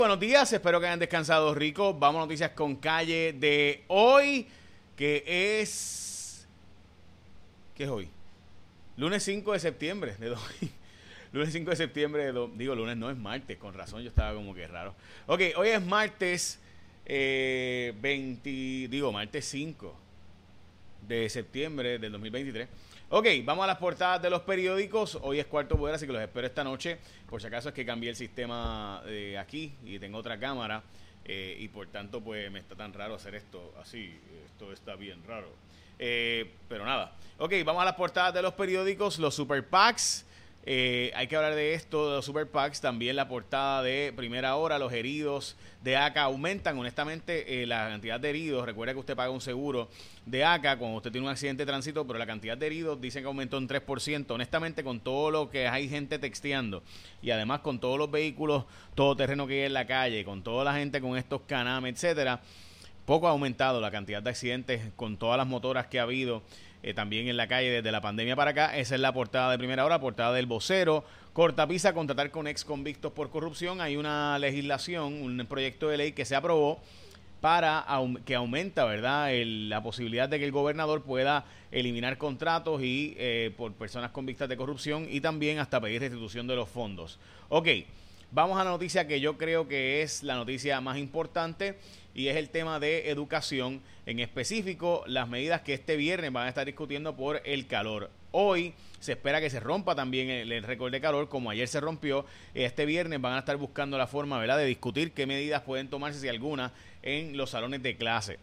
Buenos días, espero que hayan descansado rico. Vamos a noticias con calle de hoy, que es... ¿Qué es hoy? Lunes 5 de septiembre de hoy. Lunes 5 de septiembre, digo lunes no, es martes, con razón yo estaba como que raro. Ok, hoy es martes martes 5 de septiembre del 2023. Ok, vamos a las portadas de los periódicos. Hoy es cuarto poder, así que los espero esta noche. Por si acaso es que cambié el sistema de aquí y tengo otra cámara. Y por tanto, pues me está tan raro hacer esto así. Esto está bien raro. Pero nada. Ok, vamos a las portadas de los periódicos. Los Super PACs. Hay que hablar de esto, de los Super PACs. También la portada de Primera Hora. Los heridos de ACA aumentan. Honestamente, la cantidad de heridos. Recuerda que usted paga un seguro de ACA cuando usted tiene un accidente de tránsito, pero la cantidad de heridos dicen que aumentó en 3%. Honestamente, con todo lo que hay gente texteando y además con todos los vehículos todoterreno que hay en la calle, con toda la gente con estos canames, etcétera, poco ha aumentado la cantidad de accidentes con todas las motoras que ha habido también en la calle desde la pandemia para acá. Esa es la portada de Primera Hora, portada del Vocero. Cortapisa, contratar con ex convictos por corrupción. Hay una legislación, un proyecto de ley que se aprobó para que aumenta, ¿verdad?, la posibilidad de que el gobernador pueda eliminar contratos y por personas convictas de corrupción y también hasta pedir restitución de los fondos. Ok, vamos a la noticia que yo creo que es la noticia más importante y es el tema de educación, en específico las medidas que este viernes van a estar discutiendo por el calor. Hoy se espera que se rompa también el récord de calor, como ayer se rompió. Este viernes van a estar buscando la forma, ¿verdad?, de discutir qué medidas pueden tomarse, si alguna, en los salones de clase.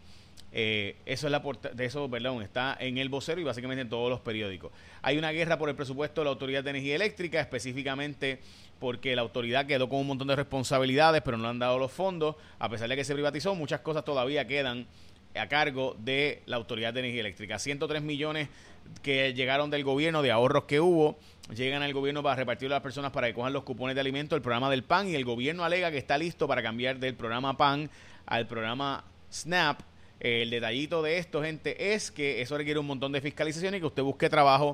Eso es perdón, está en el Vocero y básicamente en todos los periódicos. Hay una guerra por el presupuesto de la Autoridad de Energía Eléctrica, específicamente porque la autoridad quedó con un montón de responsabilidades, pero no le han dado los fondos. A pesar de que se privatizó, muchas cosas todavía quedan a cargo de la Autoridad de Energía Eléctrica. 103 millones que llegaron del gobierno, de ahorros que hubo, llegan al gobierno para repartir a las personas para que cojan los cupones de alimento, el programa del PAN, y el gobierno alega que está listo para cambiar del programa PAN al programa SNAP. El detallito de esto, gente, es que eso requiere un montón de fiscalización y que usted busque trabajo,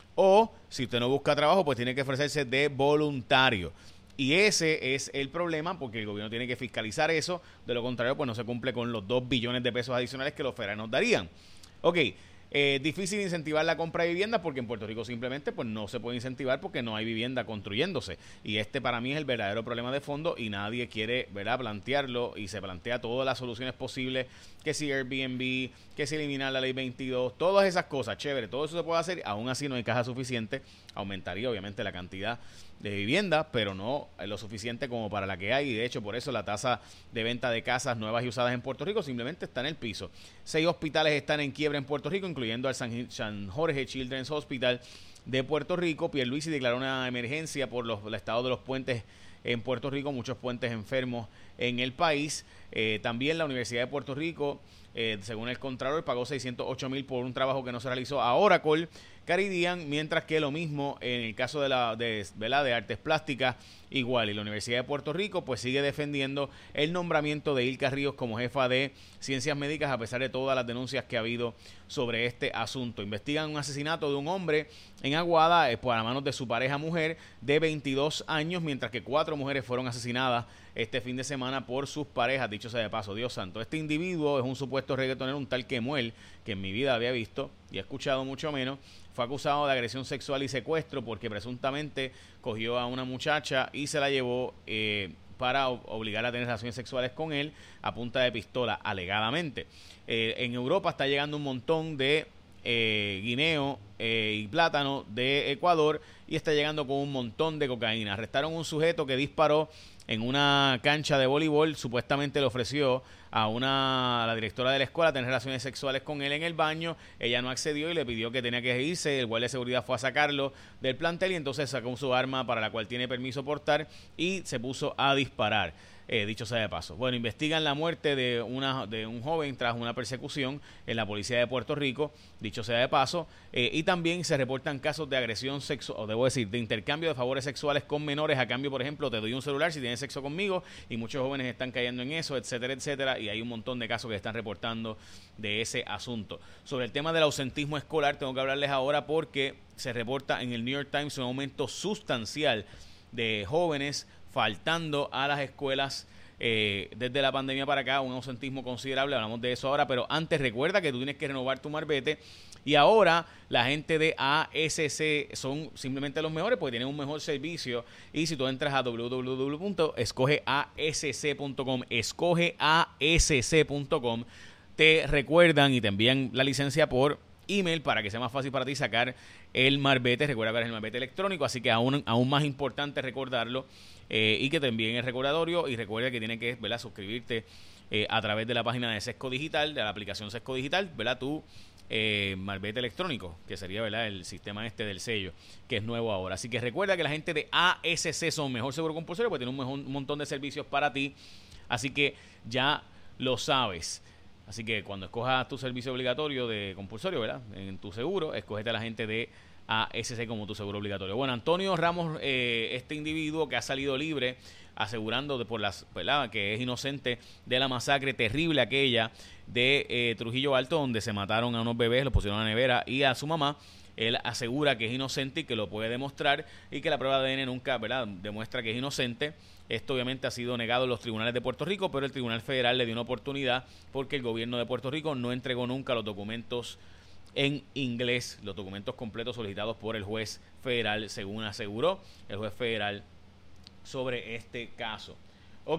o si usted no busca trabajo, pues tiene que ofrecerse de voluntario. Y ese es el problema, porque el gobierno tiene que fiscalizar eso. De lo contrario, pues no se cumple con los 2 billones de pesos adicionales que los federales nos darían. Ok, difícil incentivar la compra de viviendas porque en Puerto Rico simplemente pues no se puede incentivar porque no hay vivienda construyéndose. Y para mí es el verdadero problema de fondo y nadie quiere, ¿verdad?, plantearlo, y se plantea todas las soluciones posibles, que si Airbnb, que si eliminar la ley 22, todas esas cosas, chévere, todo eso se puede hacer, aún así no hay caja suficiente. Aumentaría obviamente la cantidad de vivienda, pero no lo suficiente como para la que hay, y de hecho por eso la tasa de venta de casas nuevas y usadas en Puerto Rico simplemente está en el piso. 6 hospitales están en quiebra en Puerto Rico, incluyendo al San Jorge Children's Hospital de Puerto Rico. Pierluisi declaró una emergencia por el estado de los puentes en Puerto Rico, muchos puentes enfermos en el país. También la Universidad de Puerto Rico, según el Contralor, pagó $608,000 por un trabajo que no se realizó a Oracle Caridian, mientras que lo mismo en el caso de artes plásticas, igual. Y la Universidad de Puerto Rico pues sigue defendiendo el nombramiento de Ilka Ríos como jefa de ciencias médicas, a pesar de todas las denuncias que ha habido sobre este asunto. Investigan un asesinato de un hombre en Aguada por las manos de su pareja mujer de 22 años, mientras que 4 mujeres fueron asesinadas este fin de semana por sus parejas, dicho sea de paso. Dios santo, este individuo es un supuesto reggaetonero, un tal Kemuel, que en mi vida había visto y he escuchado mucho menos. Fue acusado de agresión sexual y secuestro porque presuntamente cogió a una muchacha y se la llevó para obligarla a tener relaciones sexuales con él a punta de pistola, alegadamente. En Europa está llegando un montón de guineo y plátano de Ecuador, y está llegando con un montón de cocaína. Arrestaron un sujeto que disparó en una cancha de voleibol. Supuestamente le ofreció a la directora de la escuela tener relaciones sexuales con él en el baño. Ella no accedió y le pidió que tenía que irse. El guardia de seguridad fue a sacarlo del plantel y entonces sacó su arma, para la cual tiene permiso portar, y se puso a disparar. Dicho sea de paso. Bueno, investigan la muerte de un joven tras una persecución en la policía de Puerto Rico, dicho sea de paso, y también se reportan casos de agresión sexual, o debo decir, de intercambio de favores sexuales con menores. A cambio, por ejemplo, te doy un celular si tienes sexo conmigo, y muchos jóvenes están cayendo en eso, etcétera, etcétera, y hay un montón de casos que están reportando de ese asunto. Sobre el tema del ausentismo escolar, tengo que hablarles ahora porque se reporta en el New York Times un aumento sustancial de jóvenes faltando a las escuelas desde la pandemia para acá, un ausentismo considerable, hablamos de eso ahora, pero antes recuerda que tú tienes que renovar tu marbete y ahora la gente de ASC son simplemente los mejores porque tienen un mejor servicio y si tú entras a www.escogeasc.com, escogeasc.com, te recuerdan y te envían la licencia por email para que sea más fácil para ti sacar el marbete. Recuerda que es el marbete electrónico, así que aún más importante recordarlo y que te envíen el recordatorio y recuerda que tienes que, ¿verdad?, suscribirte a través de la página de Sesco Digital, de la aplicación Sesco Digital, ¿verdad?, tu marbete electrónico, que sería, ¿verdad?, el sistema este del sello, que es nuevo ahora. Así que recuerda que la gente de ASC son mejor seguro compulsorio porque tienen un montón de servicios para ti, así que ya lo sabes. Así que cuando escojas tu servicio obligatorio de compulsorio, ¿verdad?, en tu seguro, escógete a la gente de ASC como tu seguro obligatorio. Bueno, Antonio Ramos, este individuo que ha salido libre, asegurando por las, ¿verdad?, que es inocente de la masacre terrible aquella de Trujillo Alto, donde se mataron a unos bebés, los pusieron a la nevera y a su mamá. Él asegura que es inocente y que lo puede demostrar y que la prueba de ADN nunca, ¿verdad?, demuestra que es inocente. Esto obviamente ha sido negado en los tribunales de Puerto Rico, pero el Tribunal Federal le dio una oportunidad porque el gobierno de Puerto Rico no entregó nunca los documentos en inglés, los documentos completos solicitados por el juez federal, según aseguró el juez federal sobre este caso. Ok,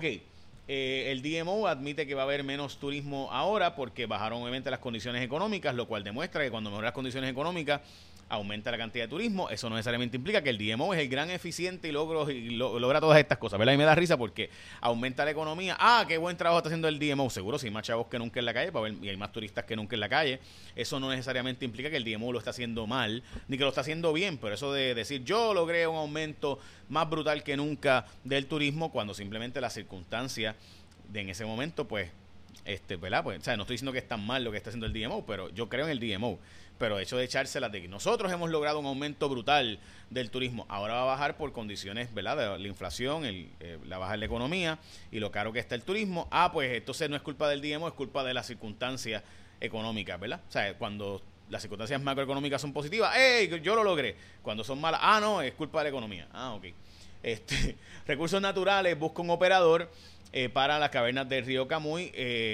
el DMO admite que va a haber menos turismo ahora porque bajaron obviamente las condiciones económicas, lo cual demuestra que cuando mejoran las condiciones económicas aumenta la cantidad de turismo. Eso no necesariamente implica que el DMO es el gran eficiente y logra todas estas cosas, ¿verdad? Y me da risa porque aumenta la economía. Ah, qué buen trabajo está haciendo el DMO. Seguro, si hay más chavos que nunca en la calle y hay más turistas que nunca en la calle. Eso no necesariamente implica que el DMO lo está haciendo mal, ni que lo está haciendo bien. Pero eso de decir, yo logré un aumento más brutal que nunca del turismo, cuando simplemente las circunstancias de en ese momento, pues, ¿verdad? Pues, o sea, no estoy diciendo que es tan mal lo que está haciendo el DMO, pero yo creo en el DMO. Pero el hecho de echárselas de que nosotros hemos logrado un aumento brutal del turismo, ahora va a bajar por condiciones, ¿verdad?, de la inflación, la baja de la economía y lo caro que está el turismo. Pues entonces no es culpa del DMO, es culpa de las circunstancias económicas, ¿verdad? O sea, cuando las circunstancias macroeconómicas son positivas, ¡hey, yo lo logré! Cuando son malas, no, es culpa de la economía. Ok. Recursos naturales, busca un operador para las cavernas del río Camuy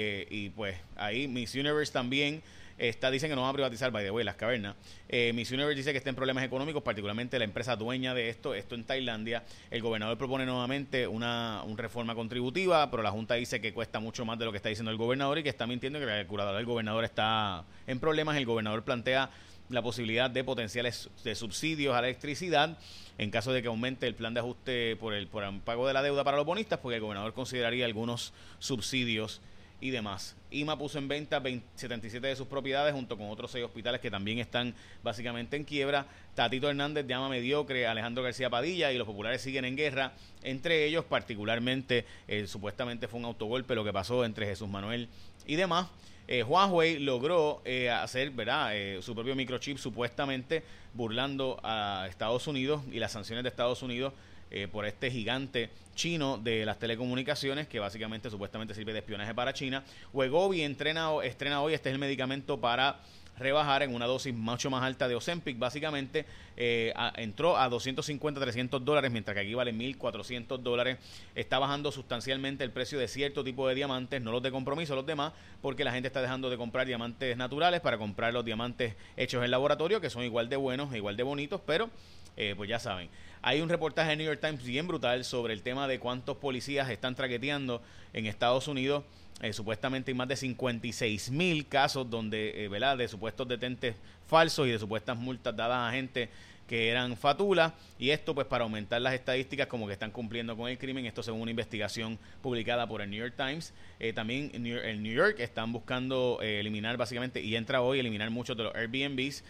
y pues ahí Miss Universe también dicen que no van a privatizar, by the way, las cavernas. Miss Universe dice que está en problemas económicos, particularmente la empresa dueña de esto en Tailandia. El gobernador propone nuevamente una reforma contributiva, pero la Junta dice que cuesta mucho más de lo que está diciendo el gobernador y que está mintiendo, que la curadora del gobernador está en problemas. El gobernador plantea la posibilidad de potenciales de subsidios a la electricidad en caso de que aumente el plan de ajuste por el pago de la deuda para los bonistas, porque el gobernador consideraría algunos subsidios y demás. IMA puso en venta 77 de sus propiedades junto con otros 6 hospitales que también están básicamente en quiebra. Tatito Hernández llama mediocre a Alejandro García Padilla y los populares siguen en guerra entre ellos, particularmente supuestamente fue un autogolpe lo que pasó entre Jesús Manuel y demás. Huawei logró hacer, ¿verdad?, su propio microchip, supuestamente burlando a Estados Unidos y las sanciones de Estados Unidos por este gigante chino de las telecomunicaciones que básicamente supuestamente sirve de espionaje para China. Wegovy estrena hoy, este es el medicamento para rebajar en una dosis mucho más alta de Ozempic, básicamente entró a $250, $300, mientras que aquí vale $1,400. Está bajando sustancialmente el precio de cierto tipo de diamantes, no los de compromiso, los demás, porque la gente está dejando de comprar diamantes naturales para comprar los diamantes hechos en laboratorio, que son igual de buenos, igual de bonitos, pero pues ya saben. Hay un reportaje en New York Times bien brutal sobre el tema de cuántos policías están traqueteando en Estados Unidos. Supuestamente hay más de 56,000 casos donde, ¿verdad?, de supuestos detentes falsos y de supuestas multas dadas a gente que eran fatulas, y esto pues para aumentar las estadísticas como que están cumpliendo con el crimen. Esto según una investigación publicada por el New York Times. También en New York están buscando eliminar básicamente, y entra hoy, eliminar muchos de los Airbnbs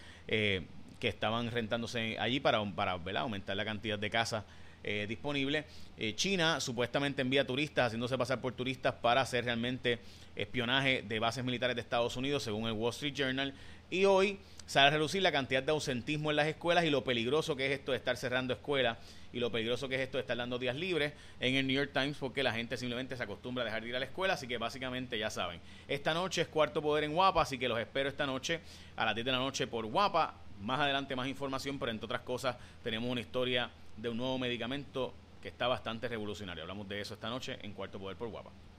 que estaban rentándose allí para ¿verdad?, aumentar la cantidad de casas disponible. China supuestamente envía turistas, haciéndose pasar por turistas para hacer realmente espionaje de bases militares de Estados Unidos, según el Wall Street Journal. Y hoy sale a relucir la cantidad de ausentismo en las escuelas y lo peligroso que es esto de estar cerrando escuelas y lo peligroso que es esto de estar dando días libres en el New York Times, porque la gente simplemente se acostumbra a dejar de ir a la escuela. Así que básicamente ya saben, esta noche es Cuarto Poder en Guapa, así que los espero esta noche a las 10 de la noche por Guapa. Más adelante más información, pero entre otras cosas tenemos una historia de un nuevo medicamento que está bastante revolucionario. Hablamos de eso esta noche en Cuarto Poder por Guapa.